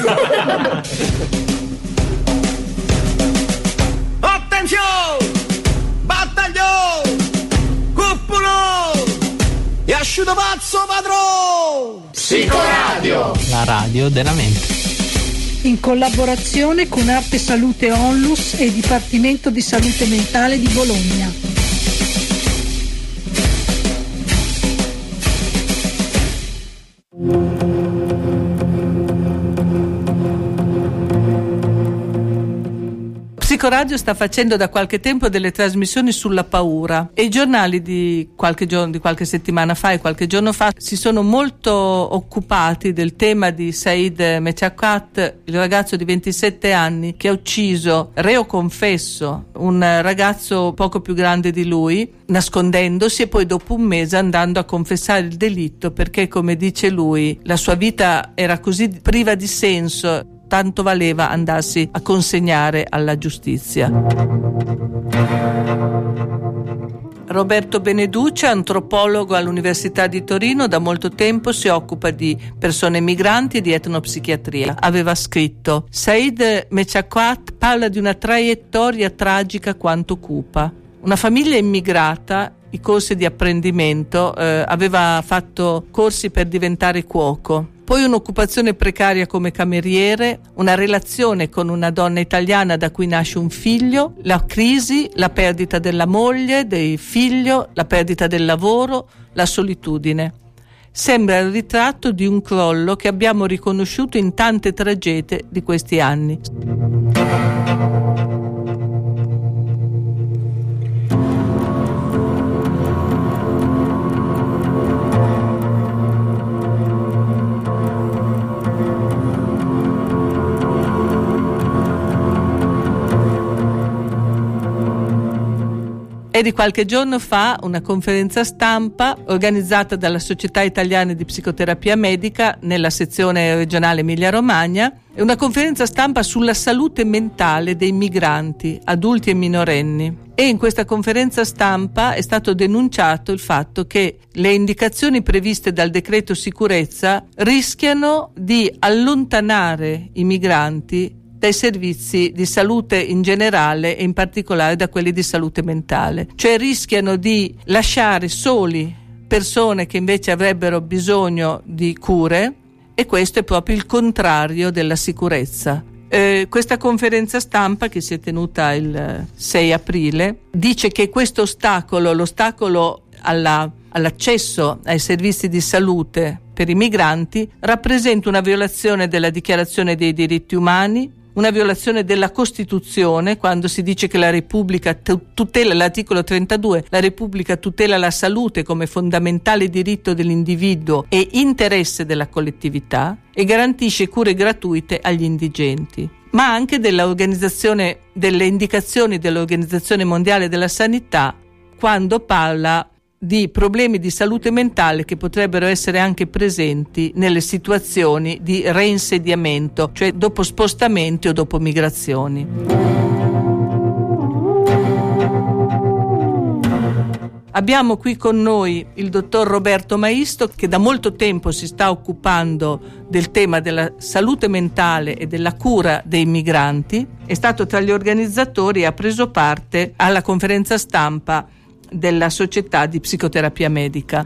Attenzione! Battaglio! Cuppulo! E asciutto pazzo padrone! Psicoradio! La radio della mente. In collaborazione con Arte Salute Onlus e Dipartimento di Salute Mentale di Bologna. Psicoradio sta facendo da qualche tempo delle trasmissioni sulla paura e i giornali di qualche settimana fa e qualche giorno fa si sono molto occupati del tema di Said Mechaquat, il ragazzo di 27 anni che ha ucciso, reo confesso, un ragazzo poco più grande di lui, nascondendosi e poi dopo un mese andando a confessare il delitto perché, come dice lui, la sua vita era così priva di senso, tanto valeva andarsi a consegnare alla giustizia. Roberto Beneduce, antropologo all'Università di Torino, da molto tempo si occupa di persone migranti e di etnopsichiatria. Aveva scritto: Said Mechaquat parla di una traiettoria tragica quanto cupa. Una famiglia immigrata, i corsi di apprendimento, aveva fatto corsi per diventare cuoco. Poi un'occupazione precaria come cameriere, una relazione con una donna italiana da cui nasce un figlio, la crisi, la perdita della moglie, del figlio, la perdita del lavoro, la solitudine. Sembra il ritratto di un crollo che abbiamo riconosciuto in tante tragedie di questi anni. È di qualche giorno fa una conferenza stampa organizzata dalla Società Italiana di Psicoterapia Medica nella sezione regionale Emilia-Romagna, è una conferenza stampa sulla salute mentale dei migranti, adulti e minorenni. E in questa conferenza stampa è stato denunciato il fatto che le indicazioni previste dal decreto sicurezza rischiano di allontanare i migranti dai servizi di salute in generale e in particolare da quelli di salute mentale, cioè rischiano di lasciare soli persone che invece avrebbero bisogno di cure, e questo è proprio il contrario della sicurezza. Questa conferenza stampa, che si è tenuta il 6 aprile, dice che questo l'ostacolo all'accesso ai servizi di salute per i migranti rappresenta una violazione della Dichiarazione dei diritti umani, una violazione della Costituzione, quando si dice che la Repubblica tutela, l'articolo 32, la Repubblica tutela la salute come fondamentale diritto dell'individuo e interesse della collettività e garantisce cure gratuite agli indigenti, ma anche delle indicazioni dell'Organizzazione Mondiale della Sanità quando parla di problemi di salute mentale che potrebbero essere anche presenti nelle situazioni di reinsediamento, cioè dopo spostamenti o dopo migrazioni. Abbiamo qui con noi il dottor Roberto Maisto, che da molto tempo si sta occupando del tema della salute mentale e della cura dei migranti. È stato tra gli organizzatori e ha preso parte alla conferenza stampa della Società di Psicoterapia Medica.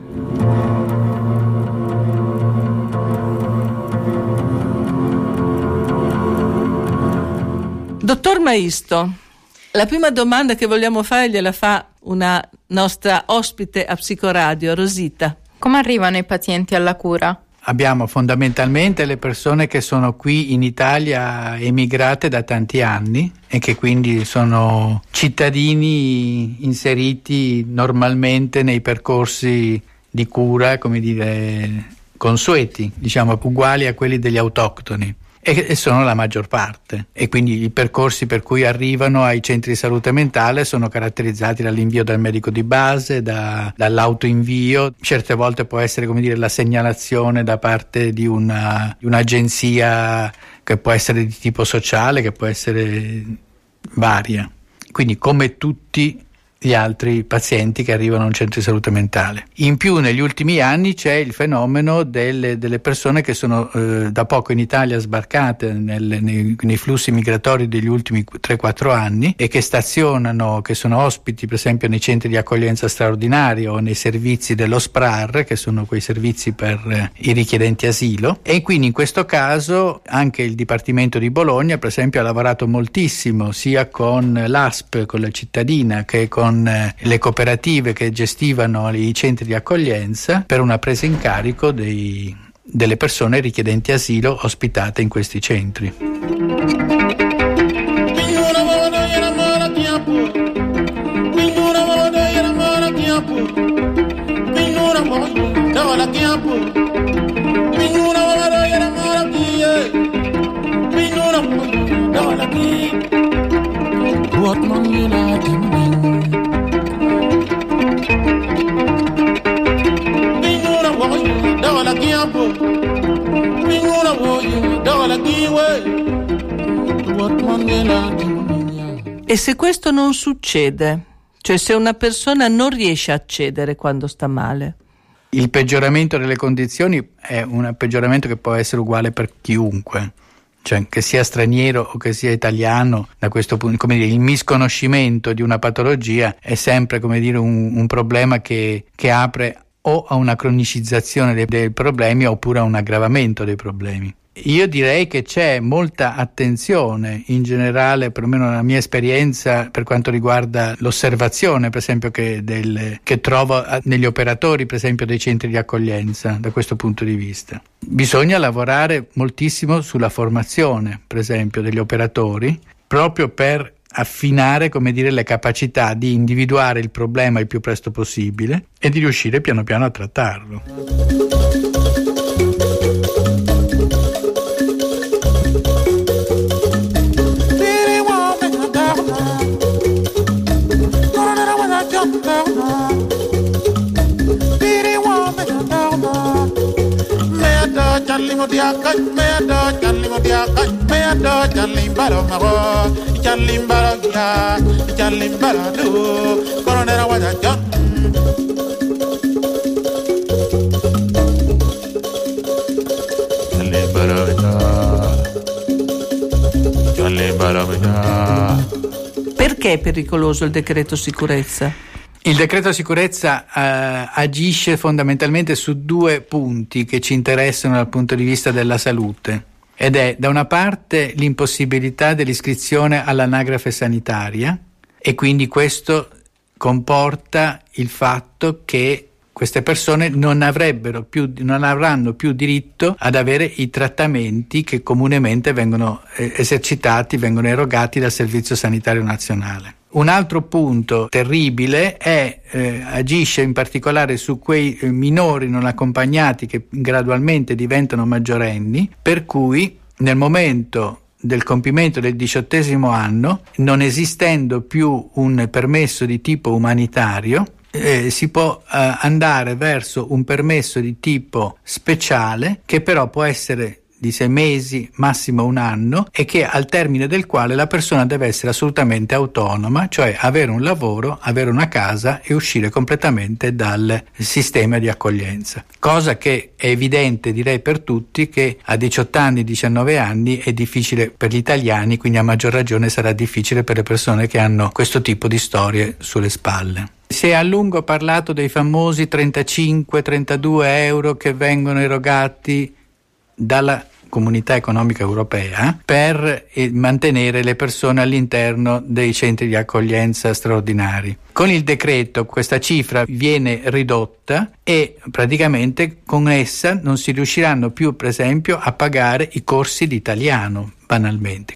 Dottor Maisto, la prima domanda che vogliamo fare gliela fa una nostra ospite a Psicoradio, Rosita. Come arrivano i pazienti alla cura? Abbiamo fondamentalmente le persone che sono qui in Italia emigrate da tanti anni e che quindi sono cittadini inseriti normalmente nei percorsi di cura, come dire, consueti, diciamo uguali a quelli degli autoctoni. E sono la maggior parte, e quindi i percorsi per cui arrivano ai centri di salute mentale sono caratterizzati dall'invio dal medico di base, dall'autoinvio. Certe volte può essere, come dire, la segnalazione da parte di un'agenzia che può essere di tipo sociale, che può essere varia. Quindi, come tutti gli altri pazienti che arrivano a un centro di salute mentale. In più, negli ultimi anni c'è il fenomeno delle persone che sono da poco in Italia sbarcate nei flussi migratori degli ultimi 3-4 anni e che stazionano, che sono ospiti per esempio nei centri di accoglienza straordinaria o nei servizi dello SPRAR, che sono quei servizi per i richiedenti asilo, e quindi in questo caso anche il Dipartimento di Bologna per esempio ha lavorato moltissimo sia con l'ASP, con la cittadina, che con le cooperative che gestivano i centri di accoglienza per una presa in carico delle persone richiedenti asilo ospitate in questi centri. E se questo non succede, cioè se una persona non riesce a accedere quando sta male? Il peggioramento delle condizioni è un peggioramento che può essere uguale per chiunque, cioè che sia straniero o che sia italiano. Da questo punto, come dire, il misconoscimento di una patologia è sempre, come dire, un problema che apre o a una cronicizzazione dei problemi oppure a un aggravamento dei problemi. Io direi che c'è molta attenzione in generale, perlomeno nella mia esperienza, per quanto riguarda l'osservazione, per esempio, che trovo negli operatori, per esempio, dei centri di accoglienza, da questo punto di vista. Bisogna lavorare moltissimo sulla formazione, per esempio, degli operatori, proprio per affinare, come dire, le capacità di individuare il problema il più presto possibile e di riuscire piano piano a trattarlo. Perché è pericoloso il decreto sicurezza? Il decreto sicurezza agisce fondamentalmente su due punti che ci interessano dal punto di vista della salute, ed è da una parte l'impossibilità dell'iscrizione all'anagrafe sanitaria, e quindi questo comporta il fatto che queste persone non avranno più diritto ad avere i trattamenti che comunemente vengono vengono erogati dal Servizio Sanitario Nazionale. Un altro punto terribile agisce in particolare su quei minori non accompagnati che gradualmente diventano maggiorenni, per cui nel momento del compimento del 18° anno, non esistendo più un permesso di tipo umanitario, si può andare verso un permesso di tipo speciale, che però può essere di 6 mesi, massimo 1 anno, e che al termine del quale la persona deve essere assolutamente autonoma, cioè avere un lavoro, avere una casa e uscire completamente dal sistema di accoglienza. Cosa che è evidente, direi per tutti, che a 18 anni, 19 anni è difficile per gli italiani, quindi a maggior ragione sarà difficile per le persone che hanno questo tipo di storie sulle spalle. Si è a lungo parlato dei famosi 35-32 euro che vengono erogati dalla Comunità Economica Europea per mantenere le persone all'interno dei centri di accoglienza straordinari. Con il decreto questa cifra viene ridotta e praticamente con essa non si riusciranno più, per esempio, a pagare i corsi di italiano, banalmente.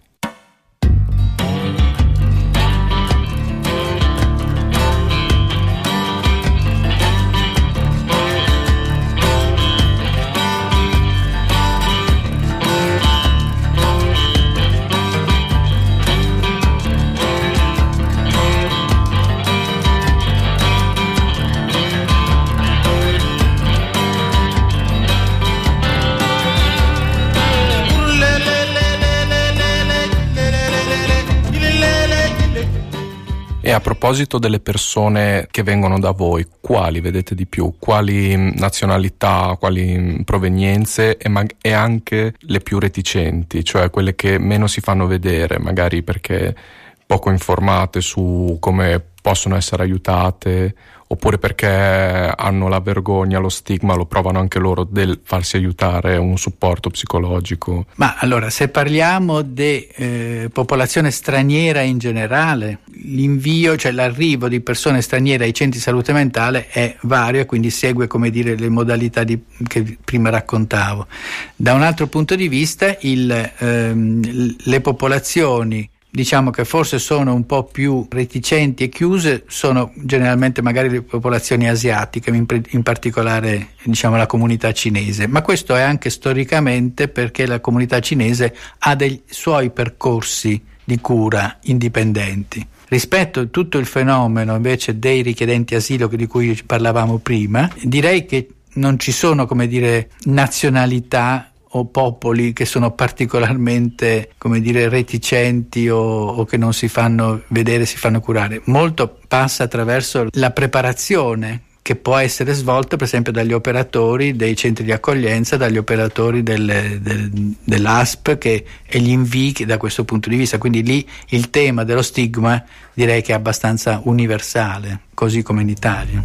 E a proposito delle persone che vengono da voi, quali vedete di più? Quali nazionalità, quali provenienze e anche le più reticenti, cioè quelle che meno si fanno vedere, magari perché poco informate su come possono essere aiutate, oppure perché hanno la vergogna, lo stigma, lo provano anche loro del farsi aiutare, un supporto psicologico. Ma allora, se parliamo di popolazione straniera in generale, l'invio, cioè l'arrivo di persone straniere ai centri di salute mentale è vario e quindi segue, come dire, le modalità che prima raccontavo. Da un altro punto di vista, le popolazioni, diciamo, che forse sono un po' più reticenti e chiuse, sono generalmente magari le popolazioni asiatiche, in particolare, diciamo, la comunità cinese. Ma questo è anche storicamente perché la comunità cinese ha dei suoi percorsi di cura indipendenti. Rispetto a tutto il fenomeno invece dei richiedenti asilo di cui parlavamo prima, direi che non ci sono, come dire, nazionalità o popoli che sono particolarmente, come dire, reticenti o che non si fanno vedere, si fanno curare. Molto passa attraverso la preparazione che può essere svolta per esempio dagli operatori dei centri di accoglienza, dagli operatori dell'ASP e gli invii da questo punto di vista. Quindi lì il tema dello stigma direi che è abbastanza universale, così come in Italia.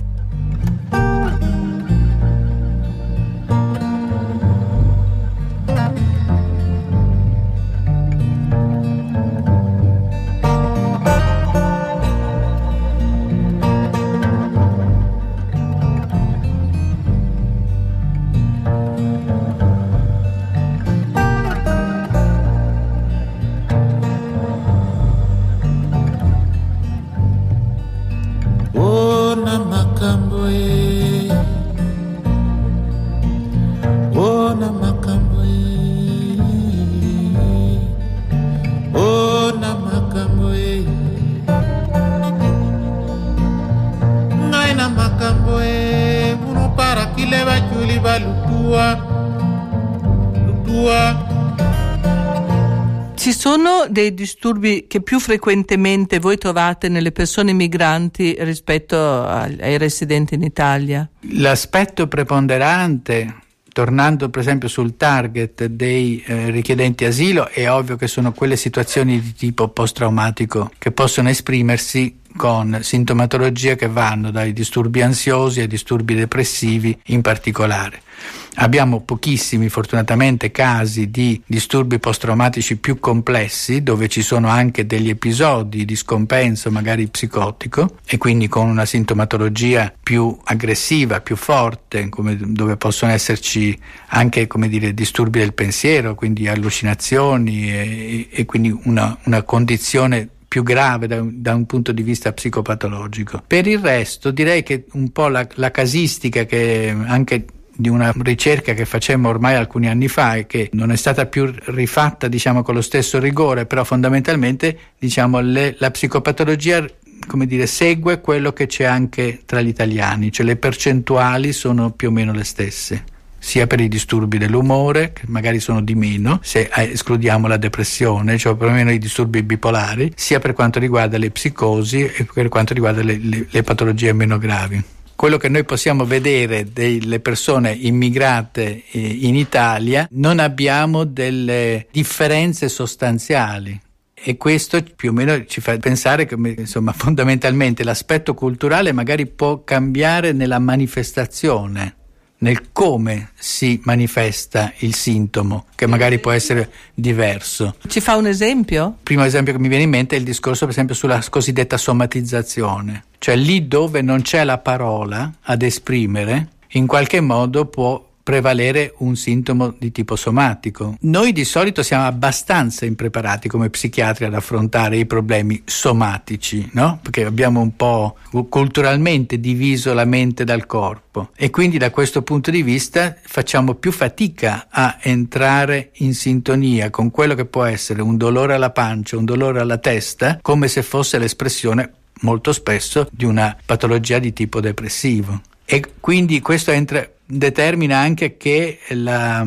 Ci sono dei disturbi che più frequentemente voi trovate nelle persone migranti rispetto ai residenti in Italia? L'aspetto preponderante, tornando per esempio sul target dei richiedenti asilo, è ovvio che sono quelle situazioni di tipo post-traumatico che possono esprimersi con sintomatologie che vanno dai disturbi ansiosi ai disturbi depressivi in particolare. Abbiamo pochissimi, fortunatamente, casi di disturbi post-traumatici più complessi, dove ci sono anche degli episodi di scompenso magari psicotico e quindi con una sintomatologia più aggressiva, più forte, dove possono esserci anche, come dire, disturbi del pensiero, quindi allucinazioni e quindi una condizione più grave da un punto di vista psicopatologico. Per il resto direi che un po' la casistica che anche di una ricerca che facemmo ormai alcuni anni fa e che non è stata più rifatta, diciamo, con lo stesso rigore, però fondamentalmente, diciamo, la psicopatologia, come dire, segue quello che c'è anche tra gli italiani, cioè le percentuali sono più o meno le stesse, sia per i disturbi dell'umore, che magari sono di meno se escludiamo la depressione, cioè perlomeno i disturbi bipolari, sia per quanto riguarda le psicosi e per quanto riguarda le patologie meno gravi. Quello che noi possiamo vedere delle persone immigrate in Italia, non abbiamo delle differenze sostanziali. E questo più o meno ci fa pensare che, insomma, fondamentalmente l'aspetto culturale magari può cambiare nella manifestazione, nel come si manifesta il sintomo, che magari può essere diverso. Ci fa un esempio? Il primo esempio che mi viene in mente è il discorso, per esempio, sulla cosiddetta somatizzazione, cioè lì dove non c'è la parola ad esprimere, in qualche modo può prevalere un sintomo di tipo somatico. Noi di solito siamo abbastanza impreparati come psichiatri ad affrontare i problemi somatici, no? Perché abbiamo un po' culturalmente diviso la mente dal corpo e quindi da questo punto di vista facciamo più fatica a entrare in sintonia con quello che può essere un dolore alla pancia, un dolore alla testa, come se fosse l'espressione molto spesso di una patologia di tipo depressivo. E quindi questo determina anche che la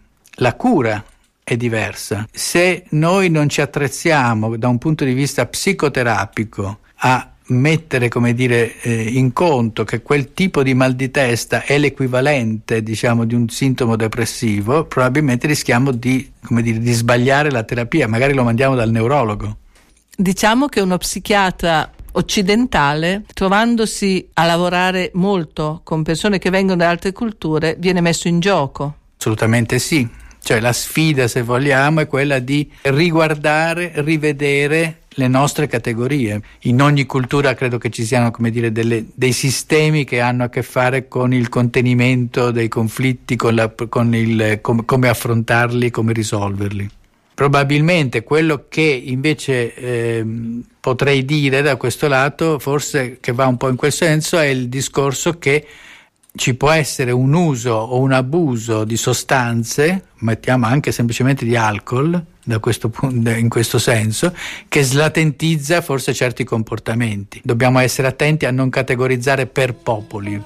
cura è diversa. Se noi non ci attrezziamo da un punto di vista psicoterapico a mettere, come dire, in conto che quel tipo di mal di testa è l'equivalente, diciamo, di un sintomo depressivo, probabilmente rischiamo di, come dire, di sbagliare la terapia, magari lo mandiamo dal neurologo. Diciamo che uno psichiatra occidentale, trovandosi a lavorare molto con persone che vengono da altre culture, viene messo in gioco. Assolutamente sì. Cioè la sfida, se vogliamo, è quella di riguardare, rivedere le nostre categorie. In ogni cultura credo che ci siano, come dire, dei sistemi che hanno a che fare con il contenimento dei conflitti, come affrontarli, come risolverli. Probabilmente quello che invece potrei dire da questo lato, forse che va un po' in quel senso, è il discorso che ci può essere un uso o un abuso di sostanze, mettiamo anche semplicemente di alcol, da questo punto, in questo senso, che slatentizza forse certi comportamenti. Dobbiamo essere attenti a non categorizzare per popoli.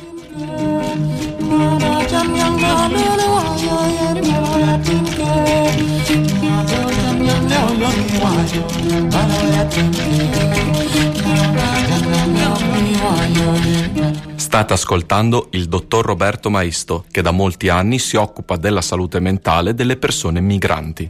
State ascoltando il dottor Roberto Maisto, che da molti anni si occupa della salute mentale delle persone migranti.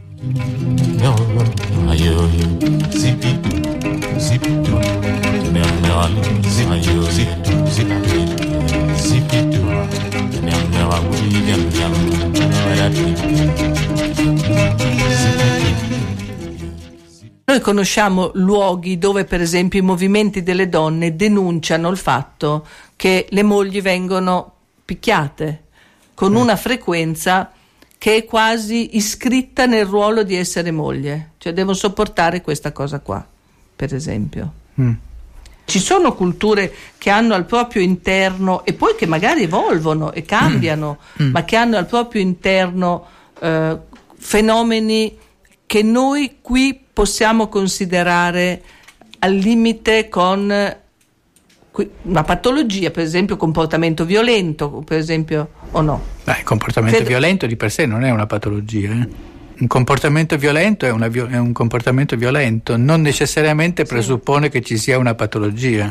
Noi conosciamo luoghi dove, per esempio, i movimenti delle donne denunciano il fatto che le mogli vengono picchiate con una frequenza che è quasi iscritta nel ruolo di essere moglie, cioè devono sopportare questa cosa qua, per esempio. Ci sono culture che hanno al proprio interno, e poi che magari evolvono e cambiano, ma che hanno al proprio interno fenomeni che noi qui possiamo considerare al limite con una patologia, per esempio comportamento violento, per esempio, o no? Il comportamento violento di per sé non è una patologia. Un comportamento violento è un comportamento violento, non necessariamente presuppone che ci sia una patologia.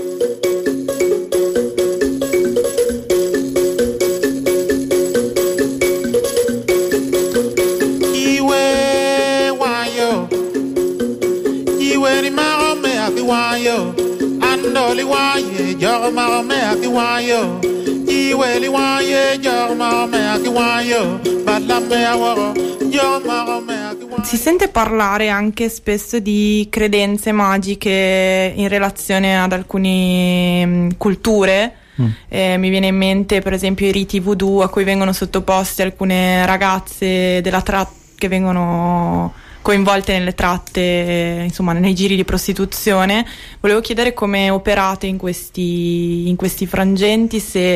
Si sente parlare anche spesso di credenze magiche in relazione ad alcune culture. Mi viene in mente per esempio i riti voodoo a cui vengono sottoposte alcune ragazze che vengono coinvolte nelle tratte, insomma nei giri di prostituzione. Volevo chiedere come operate in questi frangenti, se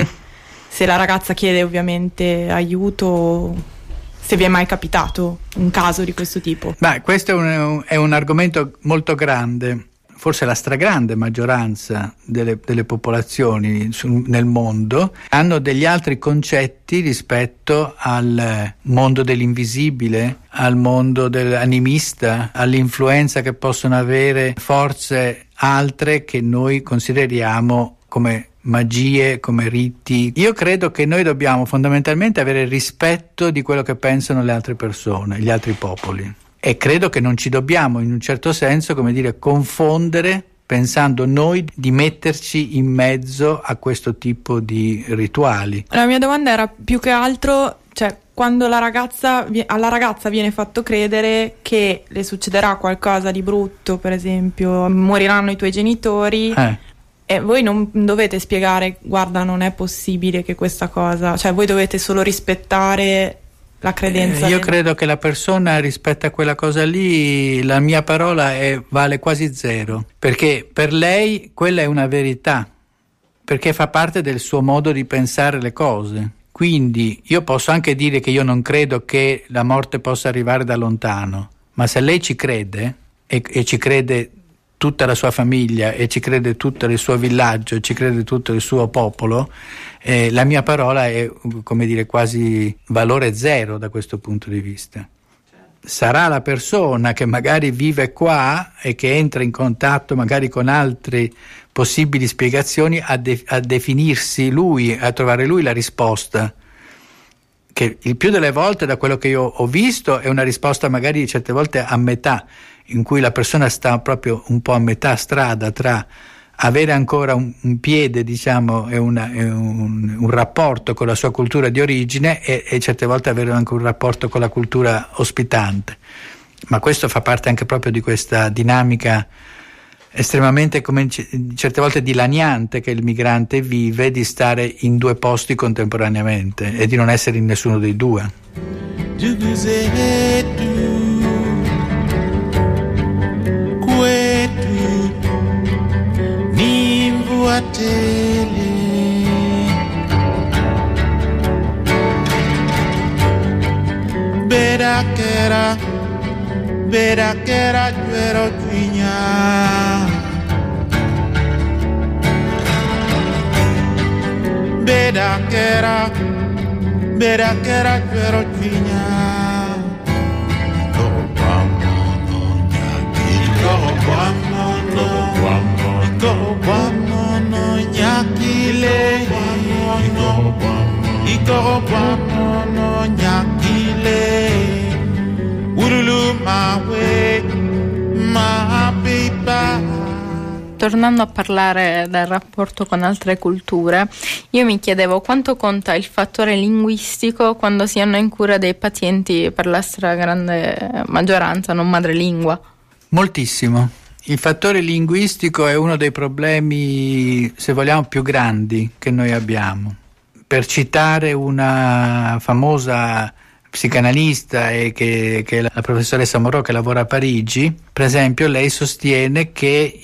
la ragazza chiede ovviamente aiuto, se vi è mai capitato un caso di questo tipo. Questo è un argomento molto grande. Forse la stragrande maggioranza delle popolazioni nel mondo hanno degli altri concetti rispetto al mondo dell'invisibile, al mondo dell'animista, all'influenza che possono avere forze altre che noi consideriamo come magie, come riti. Io credo che noi dobbiamo fondamentalmente avere rispetto di quello che pensano le altre persone, gli altri popoli. E credo che non ci dobbiamo, in un certo senso, come dire, confondere pensando noi di metterci in mezzo a questo tipo di rituali. La mia domanda era più che altro, cioè, quando alla ragazza viene fatto credere che le succederà qualcosa di brutto, per esempio, moriranno i tuoi genitori, e voi non dovete spiegare, guarda, non è possibile che questa cosa, cioè voi dovete solo rispettare la credenza. Io credo che la persona rispetto a quella cosa lì, la mia parola vale quasi zero, perché per lei quella è una verità, perché fa parte del suo modo di pensare le cose. Quindi io posso anche dire che io non credo che la morte possa arrivare da lontano, ma se lei ci crede e ci crede tutta la sua famiglia e ci crede tutto il suo villaggio e ci crede tutto il suo popolo, la mia parola è, come dire, quasi valore zero da questo punto di vista. sarà la persona che magari vive qua e che entra in contatto magari con altre possibili spiegazioni a definirsi lui, a trovare lui la risposta, che il più delle volte, da quello che io ho visto, è una risposta magari certe volte a metà, in cui la persona sta proprio un po' a metà strada tra avere ancora un piede, diciamo, e un rapporto con la sua cultura di origine e certe volte avere anche un rapporto con la cultura ospitante. Ma questo fa parte anche proprio di questa dinamica estremamente, come certe volte dilaniante, che il migrante vive, di stare in due posti contemporaneamente e di non essere in nessuno dei due. Berakera juero tuinya Berakera juero tuinya Iko nyakile Tornando a parlare del rapporto con altre culture, io mi chiedevo quanto conta il fattore linguistico quando si hanno in cura dei pazienti per la stragrande maggioranza non madrelingua. Moltissimo. Il fattore linguistico è uno dei problemi, se vogliamo, più grandi che noi abbiamo. Per citare una famosa psicanalista e che è la professoressa Moreau, che lavora a Parigi, per esempio, lei sostiene che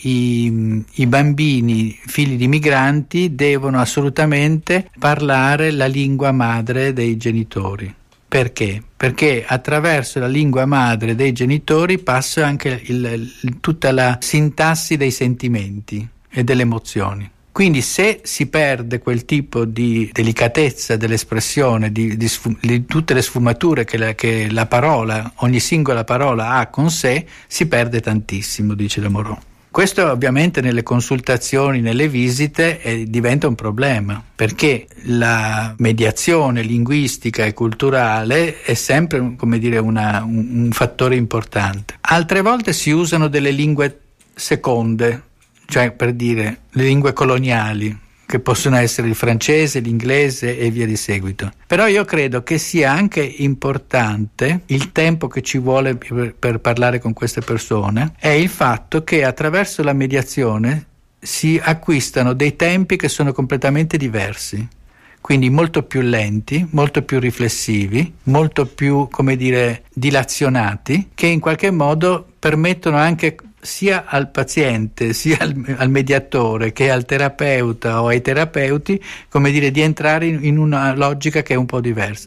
i bambini figli di migranti devono assolutamente parlare la lingua madre dei genitori. Perché? Perché attraverso la lingua madre dei genitori passa anche tutta la sintassi dei sentimenti e delle emozioni. Quindi se si perde quel tipo di delicatezza dell'espressione, di tutte le sfumature che la parola, ogni singola parola ha con sé, si perde tantissimo, dice la Moreau. Questo ovviamente nelle consultazioni, nelle visite diventa un problema, perché la mediazione linguistica e culturale è sempre, come dire, un fattore importante. Altre volte si usano delle lingue seconde, cioè per dire le lingue coloniali, che possono essere il francese, l'inglese e via di seguito. Però io credo che sia anche importante il tempo che ci vuole per parlare con queste persone, è il fatto che attraverso la mediazione si acquistano dei tempi che sono completamente diversi, quindi molto più lenti, molto più riflessivi, molto più, come dire, dilazionati, che in qualche modo permettono anche sia al paziente, sia al mediatore che al terapeuta o ai terapeuti, come dire, di entrare in una logica che è un po' diversa.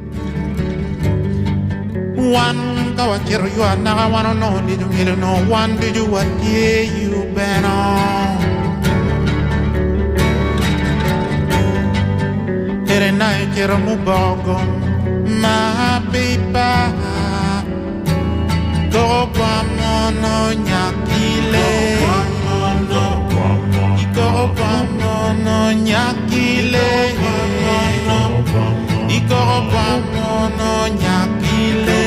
One kawachiro you are now I wanna know did you know one did you what yeah you been on Ere na kero mubogo ma pipa Go no nyakile Iko no nyakile Iko no nyakile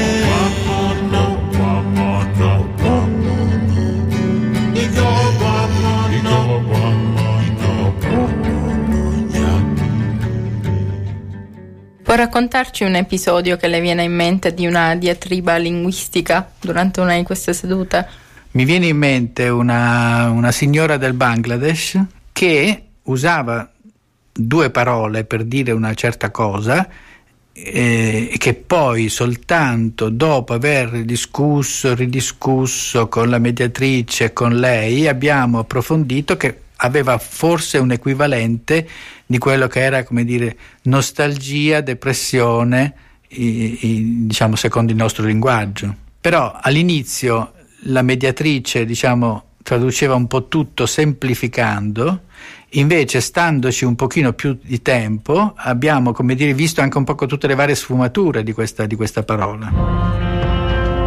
Può raccontarci un episodio che le viene in mente di una diatriba linguistica durante una di queste sedute? Mi viene in mente una signora del Bangladesh che usava due parole per dire una certa cosa e che poi soltanto dopo aver ridiscusso con la mediatrice, con lei, abbiamo approfondito che aveva forse un equivalente di quello che era, come dire, nostalgia, depressione, diciamo secondo il nostro linguaggio. Però all'inizio la mediatrice, diciamo, traduceva un po' tutto semplificando, invece standoci un pochino più di tempo abbiamo, come dire, visto anche un po' tutte le varie sfumature di questa parola.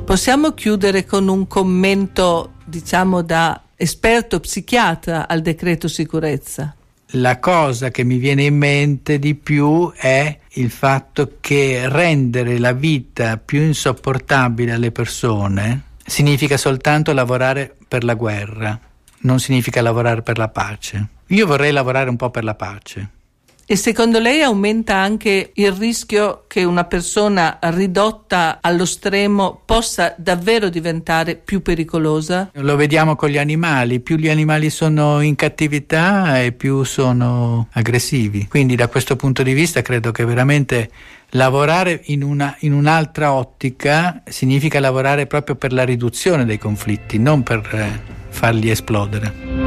Possiamo chiudere con un commento, diciamo, da esperto psichiatra al decreto sicurezza? La cosa che mi viene in mente di più è il fatto che rendere la vita più insopportabile alle persone significa soltanto lavorare per la guerra, non significa lavorare per la pace. Io vorrei lavorare un po' per la pace. E secondo lei aumenta anche il rischio che una persona ridotta allo stremo possa davvero diventare più pericolosa? Lo vediamo con gli animali, più gli animali sono in cattività e più sono aggressivi. Quindi da questo punto di vista credo che veramente lavorare in un'altra ottica significa lavorare proprio per la riduzione dei conflitti, non per farli esplodere.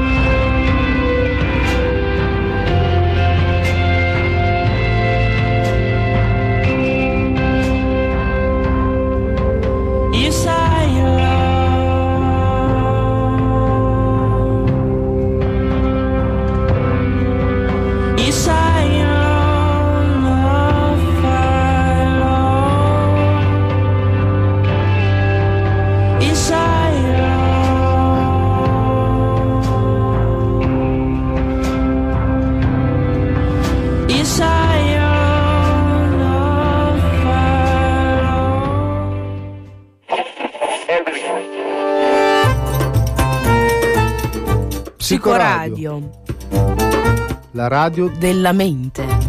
Psicoradio, la radio della mente.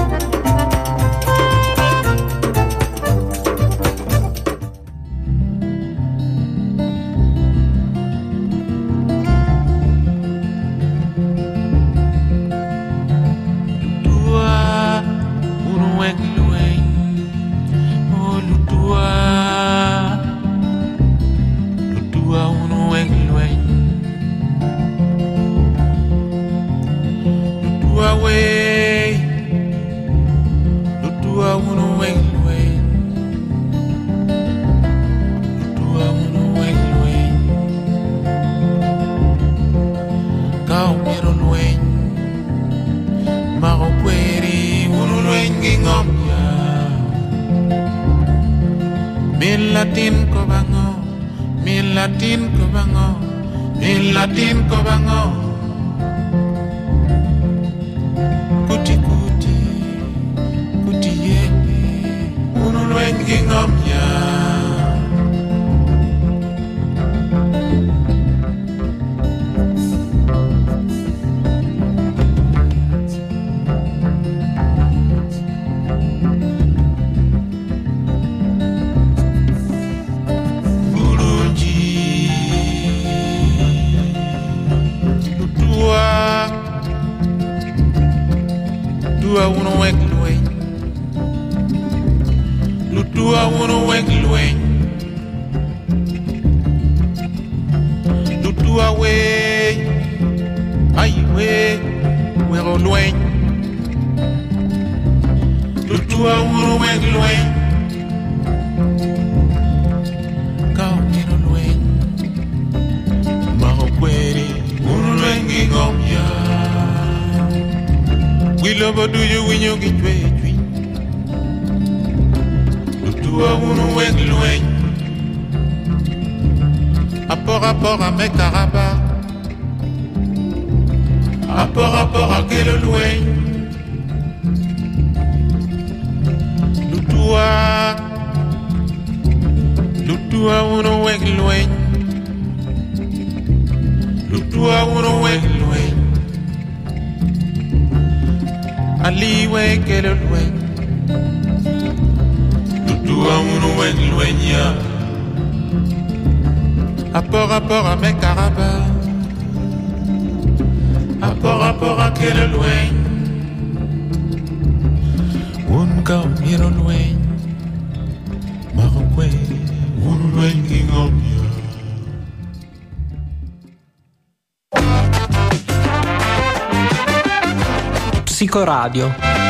Psicoradio.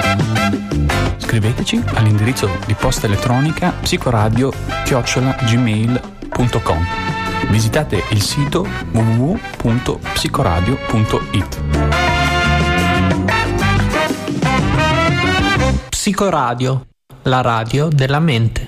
Scriveteci all'indirizzo di posta elettronica psicoradio@gmail.com. Visitate il sito www.psicoradio.it. Psicoradio, la radio della mente.